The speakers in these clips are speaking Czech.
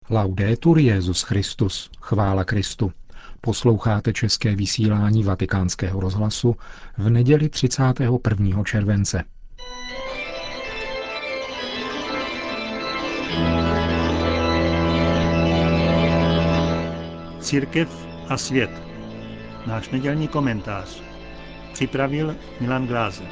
Laudetur Jesus Christus, chvála Kristu. Posloucháte české vysílání Vatikánského rozhlasu v neděli 31. července. Církev a svět. Náš nedělní komentář. Připravil Milan Glázer.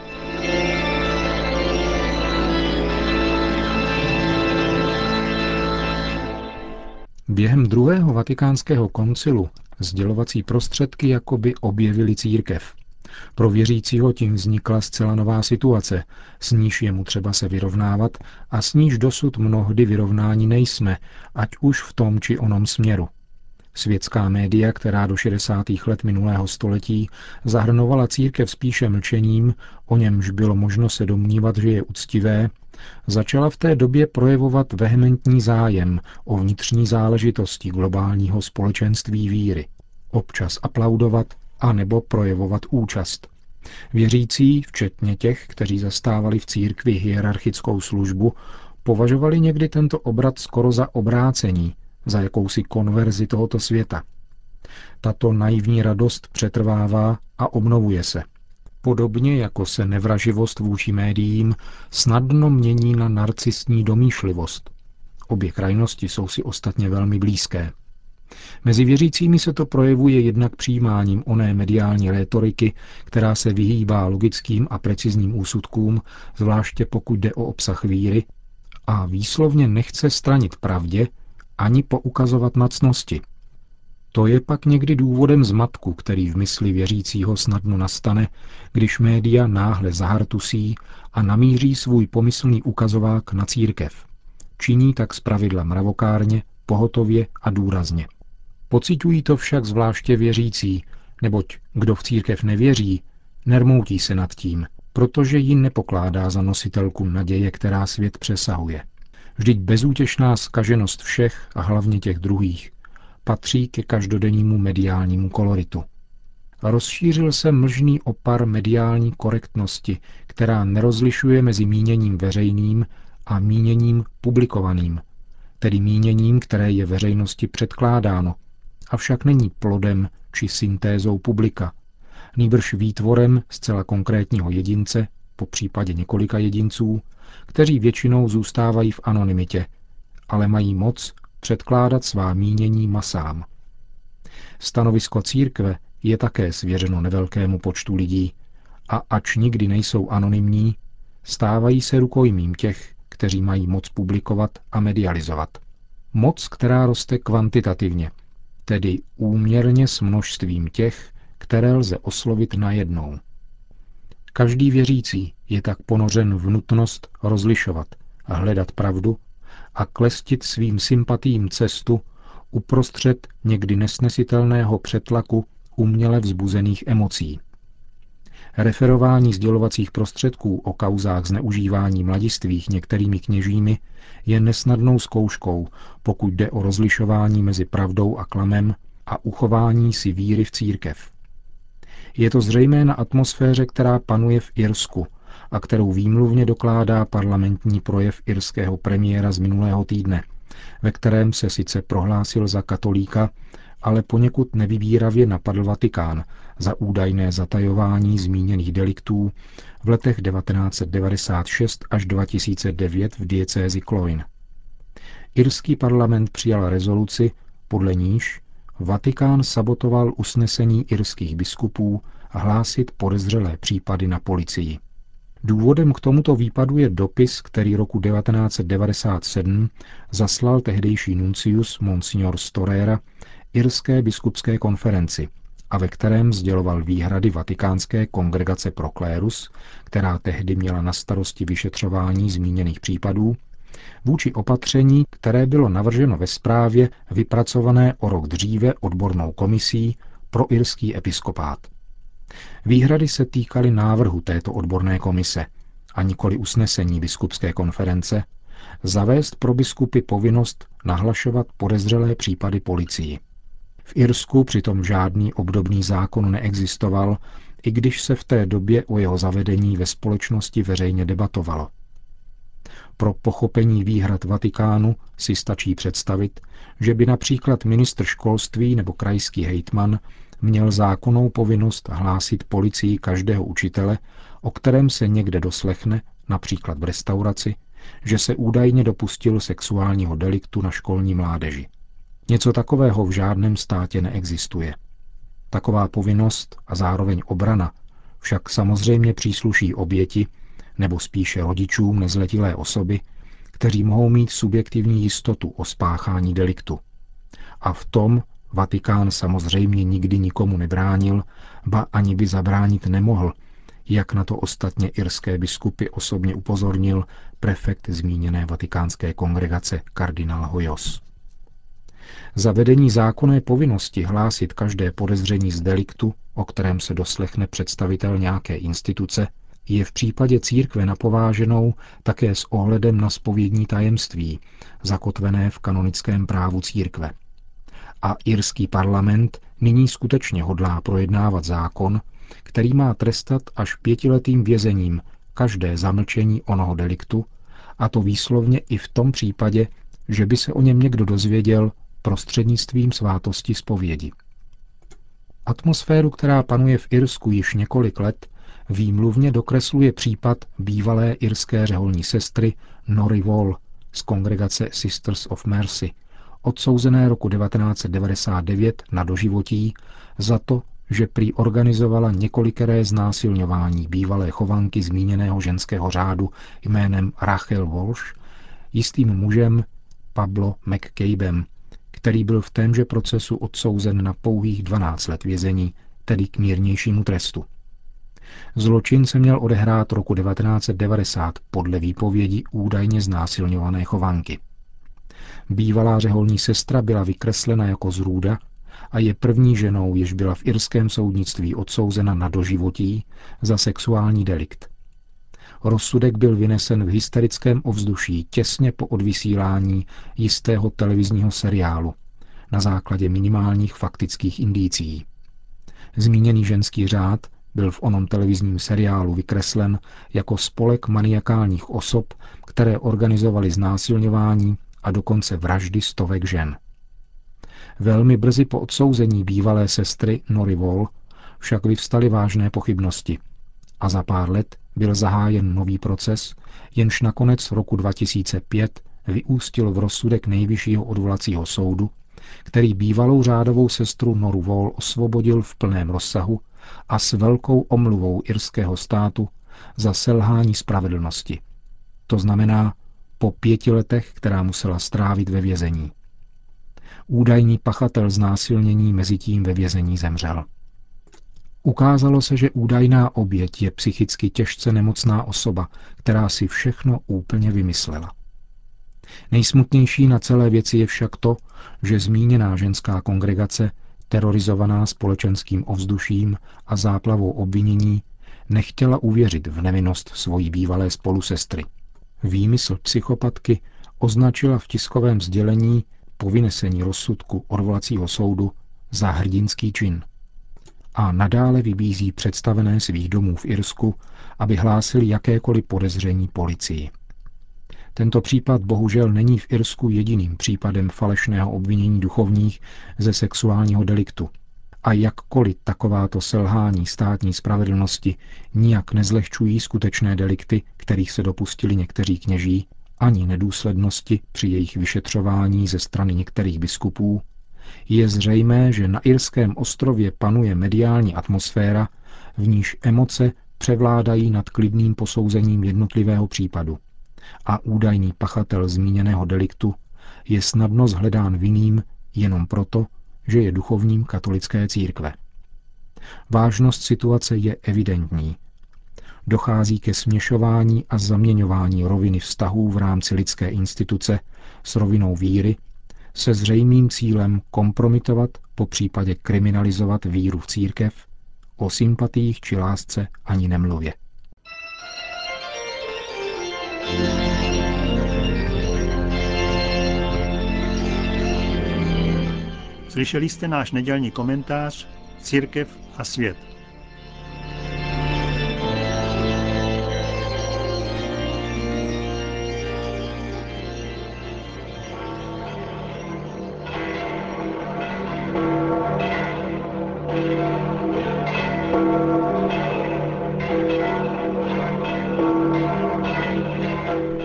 Během druhého vatikánského koncilu sdělovací prostředky jakoby objevily církev. Pro věřícího tím vznikla zcela nová situace, s níž je mu třeba se vyrovnávat a s níž dosud mnohdy vyrovnání nejsme, ať už v tom či onom směru. Světská média, která do 60. let minulého století zahrnovala církev spíše mlčením, o němž bylo možno se domnívat, že je uctivé, začala v té době projevovat vehementní zájem o vnitřní záležitosti globálního společenství víry, občas aplaudovat a nebo projevovat účast. Věřící, včetně těch, kteří zastávali v církvi hierarchickou službu, považovali někdy tento obrat skoro za obrácení, za jakousi konverzi tohoto světa. Tato naivní radost přetrvává a obnovuje se. Podobně jako se nevraživost vůči médiím snadno mění na narcistní domýšlivost. Obě krajnosti jsou si ostatně velmi blízké. Mezi věřícími se to projevuje jednak přijímáním oné mediální rétoriky, která se vyhýbá logickým a precizním úsudkům, zvláště pokud jde o obsah víry, a výslovně nechce stranit pravdě ani poukazovat na ctnosti. To je pak někdy důvodem zmatku, který v mysli věřícího snadno nastane, když média náhle zahartusí a namíří svůj pomyslný ukazovák na církev. Činí tak zpravidla mravokárně, pohotově a důrazně. Pociťují to však zvláště věřící, neboť kdo v církev nevěří, nermoutí se nad tím, protože ji nepokládá za nositelku naděje, která svět přesahuje. Vždyť bezútěšná zkaženost všech a hlavně těch druhých patří ke každodennímu mediálnímu koloritu. Rozšířil se mlžný opar mediální korektnosti, která nerozlišuje mezi míněním veřejným a míněním publikovaným, tedy míněním, které je veřejnosti předkládáno, avšak není plodem či syntézou publika, nýbrž výtvorem zcela konkrétního jedince, po případě několika jedinců, kteří většinou zůstávají v anonymitě, ale mají moc předkládat svá mínění masám. Stanovisko církve je také svěřeno nevelkému počtu lidí a ač nikdy nejsou anonymní, stávají se rukojmím těch, kteří mají moc publikovat a medializovat. Moc, která roste kvantitativně, tedy úměrně s množstvím těch, které lze oslovit najednou. Každý věřící je tak ponořen v nutnost rozlišovat a hledat pravdu a klestit svým sympatiím cestu uprostřed někdy nesnesitelného přetlaku uměle vzbuzených emocí. Referování sdělovacích prostředků o kauzách zneužívání mladistvých některými kněžími je nesnadnou zkouškou, pokud jde o rozlišování mezi pravdou a klamem a uchování si víry v církev. Je to zřejmé na atmosféře, která panuje v Irsku a kterou výmluvně dokládá parlamentní projev irského premiéra z minulého týdne, ve kterém se sice prohlásil za katolíka, ale poněkud nevybíravě napadl Vatikán za údajné zatajování zmíněných deliktů v letech 1996 až 2009 v diecézi Cloyne. Irský parlament přijal rezoluci, podle níž Vatikán sabotoval usnesení irských biskupů hlásit podezřelé případy na policii. Důvodem k tomuto výpadu je dopis, který roku 1997 zaslal tehdejší nuncius Monsignor Storera irské biskupské konferenci a ve kterém sděloval výhrady Vatikánské kongregace pro klérus, která tehdy měla na starosti vyšetřování zmíněných případů, vůči opatření, které bylo navrženo ve zprávě vypracované o rok dříve odbornou komisí pro irský episkopát. Výhrady se týkaly návrhu této odborné komise a nikoli usnesení biskupské konference zavést pro biskupy povinnost nahlašovat podezřelé případy policii. V Irsku přitom žádný obdobný zákon neexistoval, i když se v té době o jeho zavedení ve společnosti veřejně debatovalo. Pro pochopení výhrad Vatikánu si stačí představit, že by například ministr školství nebo krajský hejtman měl zákonnou povinnost hlásit policii každého učitele, o kterém se někde doslechne, například v restauraci, že se údajně dopustil sexuálního deliktu na školní mládeži. Něco takového v žádném státě neexistuje. Taková povinnost a zároveň obrana však samozřejmě přísluší oběti, nebo spíše rodičům nezletilé osoby, kteří mohou mít subjektivní jistotu o spáchání deliktu. A v tom Vatikán samozřejmě nikdy nikomu nebránil, ba ani by zabránit nemohl, jak na to ostatně irské biskupy osobně upozornil prefekt zmíněné vatikánské kongregace kardinál Hoyos. Zavedení zákonné povinnosti hlásit každé podezření z deliktu, o kterém se doslechne představitel nějaké instituce, je v případě církve napováženou také s ohledem na zpovědní tajemství, zakotvené v kanonickém právu církve. A irský parlament nyní skutečně hodlá projednávat zákon, který má trestat až 5letým vězením každé zamlčení onoho deliktu, a to výslovně i v tom případě, že by se o něm někdo dozvěděl prostřednictvím svátosti zpovědi. Atmosféru, která panuje v Irsku již několik let, výmluvně dokresluje případ bývalé irské řeholní sestry Nori Wall z kongregace Sisters of Mercy, odsouzené roku 1999 na doživotí za to, že prý organizovala několikeré znásilňování bývalé chovanky zmíněného ženského řádu jménem Rachel Walsh jistým mužem Pablo McCabeem, který byl v témže procesu odsouzen na pouhých 12 let vězení, tedy k mírnějšímu trestu. Zločin se měl odehrát roku 1990 podle výpovědi údajně znásilňované chovanky. Bývalá řeholní sestra byla vykreslena jako zrůda a je první ženou, jež byla v irském soudnictví odsouzena na doživotí za sexuální delikt. Rozsudek byl vynesen v hysterickém ovzduší těsně po odvysílání jistého televizního seriálu na základě minimálních faktických indicií. Zmíněný ženský řád byl v onom televizním seriálu vykreslen jako spolek maniakálních osob, které organizovaly znásilňování a dokonce vraždy stovek žen. Velmi brzy po odsouzení bývalé sestry Nori Wall však vyvstaly vážné pochybnosti a za pár let byl zahájen nový proces, jenž nakonec roku 2005 vyústil v rozsudek Nejvyššího odvolacího soudu, který bývalou řádovou sestru Noru Wall osvobodil v plném rozsahu a s velkou omluvou irského státu za selhání spravedlnosti. To znamená po 5 letech, která musela strávit ve vězení. Údajný pachatel znásilnění mezitím ve vězení zemřel. Ukázalo se, že údajná oběť je psychicky těžce nemocná osoba, která si všechno úplně vymyslela. Nejsmutnější na celé věci je však to, že zmíněná ženská kongregace, terorizovaná společenským ovzduším a záplavou obvinění, nechtěla uvěřit v nevinnost svojí bývalé spolusestry. Výmysl psychopatky označila v tiskovém sdělení po vynesení rozsudku odvolacího soudu za hrdinský čin a nadále vybízí představené svých domů v Irsku, aby hlásili jakékoliv podezření policii. Tento případ bohužel není v Irsku jediným případem falešného obvinění duchovních ze sexuálního deliktu. A jakkoliv takováto selhání státní spravedlnosti nijak nezlehčují skutečné delikty, kterých se dopustili někteří kněží, ani nedůslednosti při jejich vyšetřování ze strany některých biskupů, je zřejmé, že na irském ostrově panuje mediální atmosféra, v níž emoce převládají nad klidným posouzením jednotlivého případu a údajný pachatel zmíněného deliktu je snadno shledán vinným jenom proto, že je duchovním katolické církve. Vážnost situace je evidentní. Dochází ke směšování a zaměňování roviny vztahů v rámci lidské instituce s rovinou víry, se zřejmým cílem kompromitovat, popřípadě kriminalizovat víru v církev, o sympatiích či lásce ani nemluvě. Slyšeli jste náš nedělní komentář Církev a svět.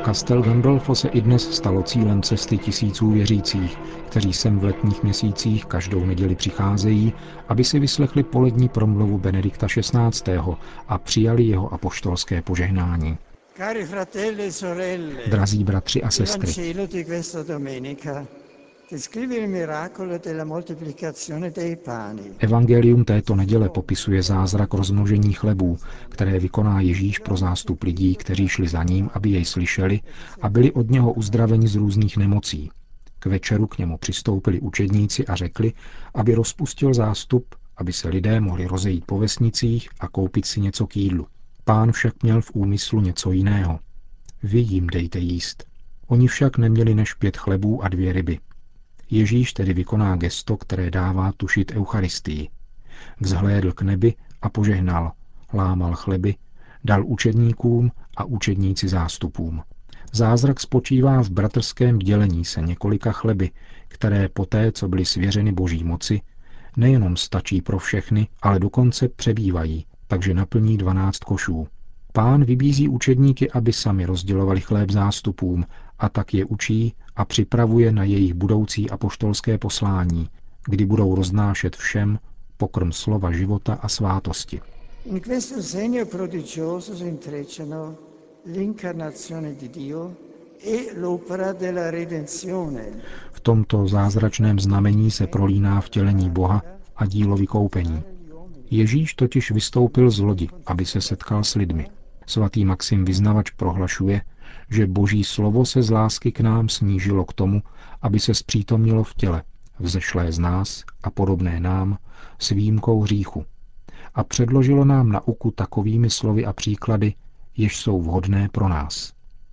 Castel Gandolfo se i dnes stalo cílem cesty tisíců věřících, kteří sem v letních měsících každou neděli přicházejí, aby si vyslechli polední promluvu Benedikta XVI. A přijali jeho apoštolské požehnání. Cari fratelli e sorelle, Drazí bratři a sestry, il Vangelo di questa domenica descrive il miracolo della moltiplicazione dei pani. Evangelium této neděle popisuje zázrak rozmnožení chlebů, které vykoná Ježíš pro zástup lidí, kteří šli za ním, aby jej slyšeli a byli od něho uzdraveni z různých nemocí. K večeru k němu přistoupili učedníci a řekli, aby rozpustil zástup, aby se lidé mohli rozejít po vesnicích a koupit si něco k jídlu. Pán však měl v úmyslu něco jiného. Vy jim dejte jíst. Oni však neměli než 5 chlebů a 2 ryby. Ježíš tedy vykoná gesto, které dává tušit Eucharistii. Vzhlédl k nebi a požehnal, lámal chleby, dal učedníkům a učedníci zástupům. Zázrak spočívá v bratrském dělení se několika chleby, které poté, co byly svěřeny Boží moci, nejenom stačí pro všechny, ale dokonce přebývají, takže naplní 12 košů. Pán vybízí učedníky, aby sami rozdělovali chléb zástupům, a tak je učí a připravuje na jejich budoucí apoštolské poslání, kdy budou roznášet všem pokrm slova života a svátosti. In questo segno prodigioso si intrecciano l'incarnazione di Dio e l'opera della redenzione. V tomto zázračném znamení se prolíná vtělení Boha a dílo vykoupení. Ježíš totiž vystoupil z lodi, aby se setkal s lidmi. Svatý Maxim Vyznavač prohlašuje, že Boží slovo se z lásky k nám snížilo k tomu, aby se zpřítomnilo v těle, vzešlé z nás a podobné nám, s výjimkou hříchu, a předložilo nám nauku takovými slovy a příklady, jež jsou vhodné pro nás.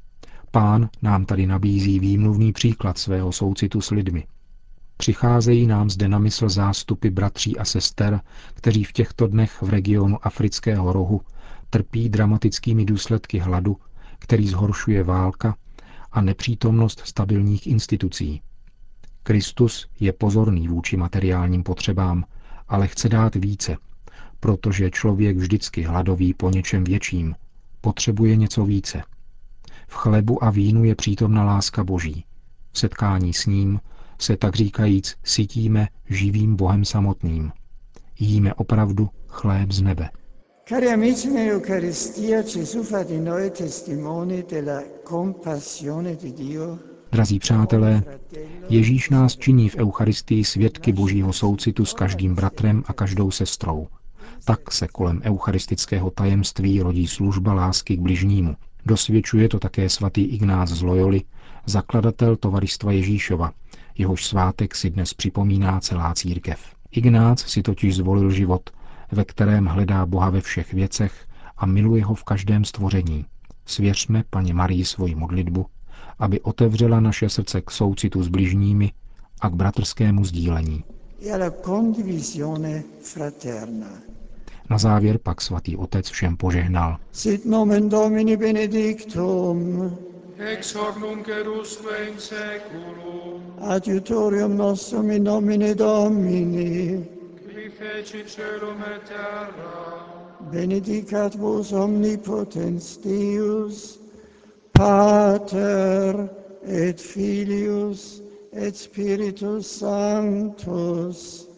Pán nám tady nabízí výmluvný příklad svého soucitu s lidmi. Přicházejí nám zde na mysl zástupy bratří a sester, kteří v těchto dnech v regionu Afrického rohu trpí dramatickými důsledky hladu, který zhoršuje válka a nepřítomnost stabilních institucí. Kristus je pozorný vůči materiálním potřebám, ale chce dát více, protože člověk vždycky hladoví po něčem větším, potřebuje něco více. V chlebu a vínu je přítomna láska Boží. V setkání s ním se tak říkajíc sytíme živým Bohem samotným. Jíme opravdu chléb z nebe. Cari amici, nell'Eucaristia Gesù fa di noi testimoni della compassione di Dio. Drazí přátelé, Ježíš nás činí v Eucharistii svědky Božího soucitu s každým bratrem a každou sestrou. Tak se kolem eucharistického tajemství rodí služba lásky k bližnímu. Dosvědčuje to také svatý Ignác z Loyoli, zakladatel Tovaristva Ježíšova, jehož svátek si dnes připomíná celá církev. Ignác si totiž zvolil život, ve kterém hledá Boha ve všech věcech a miluje ho v každém stvoření. Svěřme Panně Marii svoji modlitbu, aby otevřela naše srdce k soucitu s bližními a k bratrskému sdílení. Na závěr pak svatý otec všem požehnal. Sit nomen Domini benedictum, ex hoc nunc et usque in saeculum, adiutorium nostrum in nomine Domini, qui feci caelum et terra, benedicat vos omnipotens Deus, Pater et Filius et Spiritus Sanctus.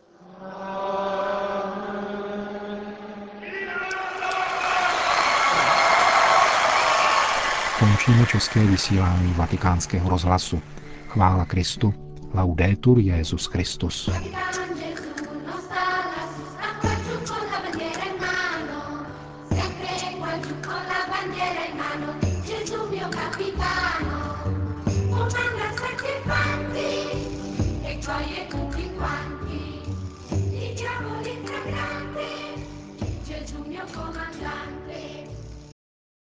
Končíme české vysílání Vatikánského rozhlasu. Chvála Kristu. Laudetur Jesus Christus. Capitano, comanda sacrifanti e gioie